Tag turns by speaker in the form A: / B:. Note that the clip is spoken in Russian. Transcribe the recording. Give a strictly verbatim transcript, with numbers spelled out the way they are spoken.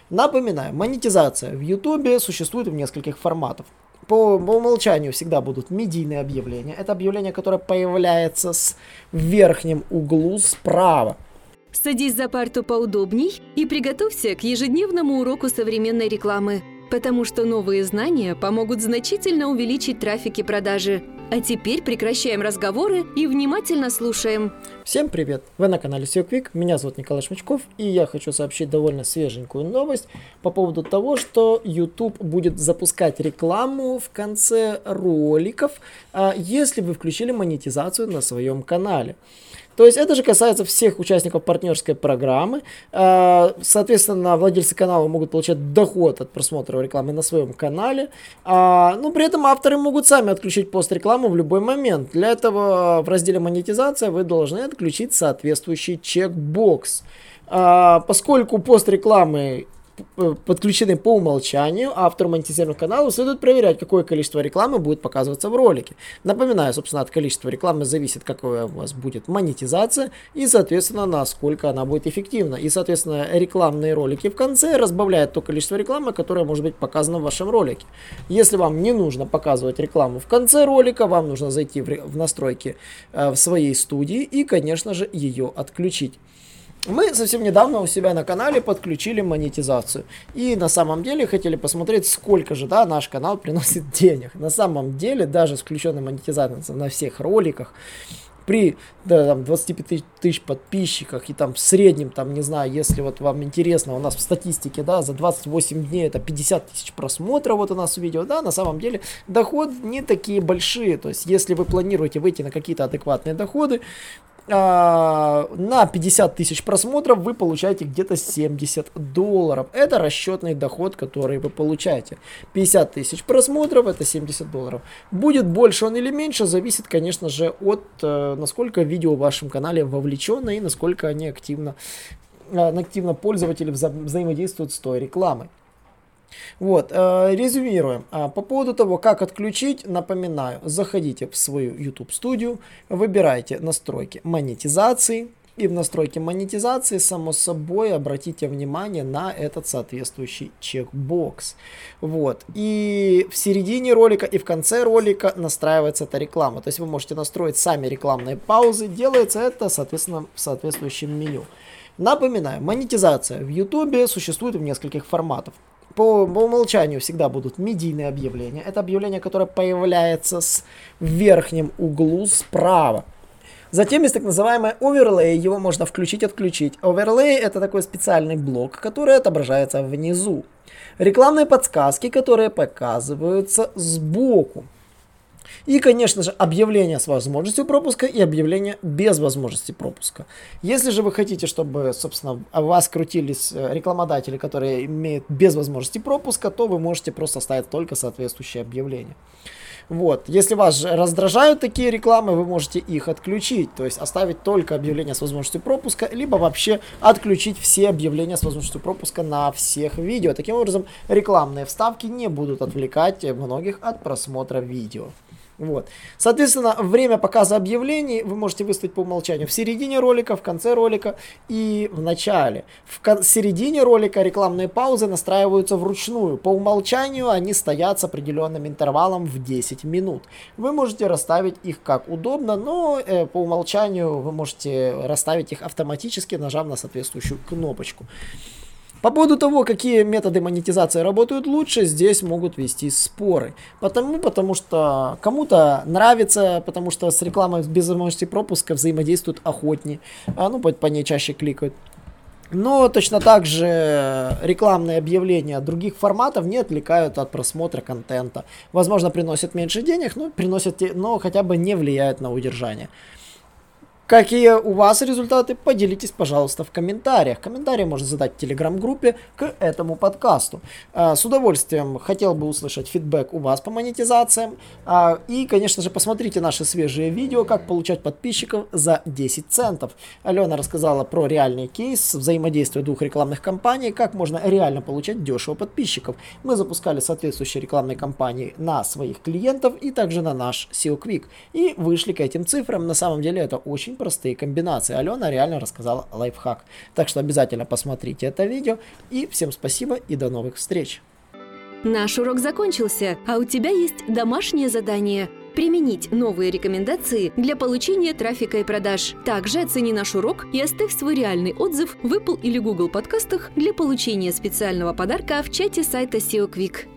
A: Напоминаю, монетизация в YouTube существует в нескольких форматах. По, по умолчанию всегда будут медийные объявления. Это объявление, которое появляется с, в верхнем углу справа.
B: Садись за парту поудобней и приготовься к ежедневному уроку современной рекламы, потому что новые знания помогут значительно увеличить трафик и продажи. А теперь прекращаем разговоры и внимательно слушаем.
A: Всем привет! Вы на канале эс и о Quick, меня зовут Николай Шмычков, и я хочу сообщить довольно свеженькую новость по поводу того, что YouTube будет запускать рекламу в конце роликов, если вы включили монетизацию на своем канале. То есть это же касается всех участников партнерской программы. Соответственно, владельцы канала могут получать доход от просмотра рекламы на своем канале. Но при этом авторы могут сами отключить пост-рекламу в любой момент. Для этого в разделе монетизация вы должны отключить соответствующий чекбокс. Поскольку пост-рекламы подключены по умолчанию, автору монетизированных каналов следует проверять, какое количество рекламы будет показываться в ролике. Напоминаю, собственно, от количества рекламы зависит, какая у вас будет монетизация и, соответственно, насколько она будет эффективна. И, соответственно, рекламные ролики в конце разбавляют то количество рекламы, которое может быть показано в вашем ролике. Если вам не нужно показывать рекламу в конце ролика, вам нужно зайти в настройки в своей студии и, конечно же, ее отключить. Мы совсем недавно у себя на канале подключили монетизацию. И на самом деле хотели посмотреть, сколько же да, наш канал приносит денег. На самом деле, даже с включенной монетизацией на всех роликах, при да, там, двадцати пяти тысяч подписчиках и там в среднем, там, не знаю, если вот вам интересно, у нас в статистике, да, за двадцать восемь дней это пятьдесят тысяч просмотров вот у нас видео, да, на самом деле доход не такие большие. То есть, если вы планируете выйти на какие-то адекватные доходы, на пятьдесят тысяч просмотров вы получаете где-то семьдесят долларов. Это расчетный доход, который вы получаете. пятьдесят тысяч просмотров, это семьдесят долларов. Будет больше он или меньше, зависит, конечно же, от насколько видео в вашем канале вовлечено и насколько они активно, активно пользователи вза взаимодействуют с той рекламой. Вот, э, резюмируем. А, по поводу того, как отключить, напоминаю, заходите в свою YouTube студию, выбирайте настройки монетизации, и в настройке монетизации, само собой, обратите внимание на этот соответствующий чекбокс. Вот, и в середине ролика и в конце ролика настраивается эта реклама. То есть вы можете настроить сами рекламные паузы, делается это, соответственно, в соответствующем меню. Напоминаю, монетизация в YouTube существует в нескольких форматах. По, по умолчанию всегда будут медийные объявления. Это объявление, которое появляется с, в верхнем углу справа. Затем есть так называемый оверлей, его можно включить-отключить. Оверлей — это такой специальный блок, который отображается внизу. Рекламные подсказки, которые показываются сбоку. И, конечно же, объявление с возможностью пропуска и объявление без возможности пропуска. Если же вы хотите, чтобы, собственно, у вас крутились рекламодатели, которые имеют без возможности пропуска, то вы можете просто ставить только соответствующее объявление. Вот. Если вас раздражают такие рекламы, вы можете их отключить, то есть оставить только объявление с возможностью пропуска, либо вообще отключить все объявления с возможностью пропуска на всех видео. Таким образом, рекламные вставки не будут отвлекать многих от просмотра видео. Вот. Соответственно, время показа объявлений вы можете выставить по умолчанию в середине ролика, в конце ролика и в начале. В середине ролика рекламные паузы настраиваются вручную. По умолчанию они стоят с определенным интервалом в десять минут. Вы можете расставить их как удобно, но э, по умолчанию вы можете расставить их автоматически, нажав на соответствующую кнопочку. По поводу того, какие методы монетизации работают лучше, здесь могут вести споры. Потому, потому что кому-то нравится, потому что с рекламой без возможности пропуска взаимодействуют охотнее, а, ну, по, по ней чаще кликают. Но точно так же рекламные объявления других форматов не отвлекают от просмотра контента. Возможно, приносят меньше денег, но, приносят, но хотя бы не влияют на удержание. Какие у вас результаты, поделитесь, пожалуйста, в комментариях. Комментарии можно задать в телеграм-группе к этому подкасту. С удовольствием хотел бы услышать фидбэк у вас по монетизациям. И, конечно же, посмотрите наши свежие видео, как получать подписчиков за десять центов. Алена рассказала про реальный кейс взаимодействия двух рекламных кампаний, как можно реально получать дешево подписчиков. Мы запускали соответствующие рекламные кампании на своих клиентов и также на наш эс и о Quick. И вышли к этим цифрам. На самом деле это очень простые комбинации. Алена реально рассказала лайфхак. Так что обязательно посмотрите это видео. И всем спасибо и до новых встреч.
B: Наш урок закончился, а у тебя есть домашнее задание – применить новые рекомендации для получения трафика и продаж. Также оцени наш урок и оставь свой реальный отзыв в Apple или Google подкастах для получения специального подарка в чате сайта сео Quick.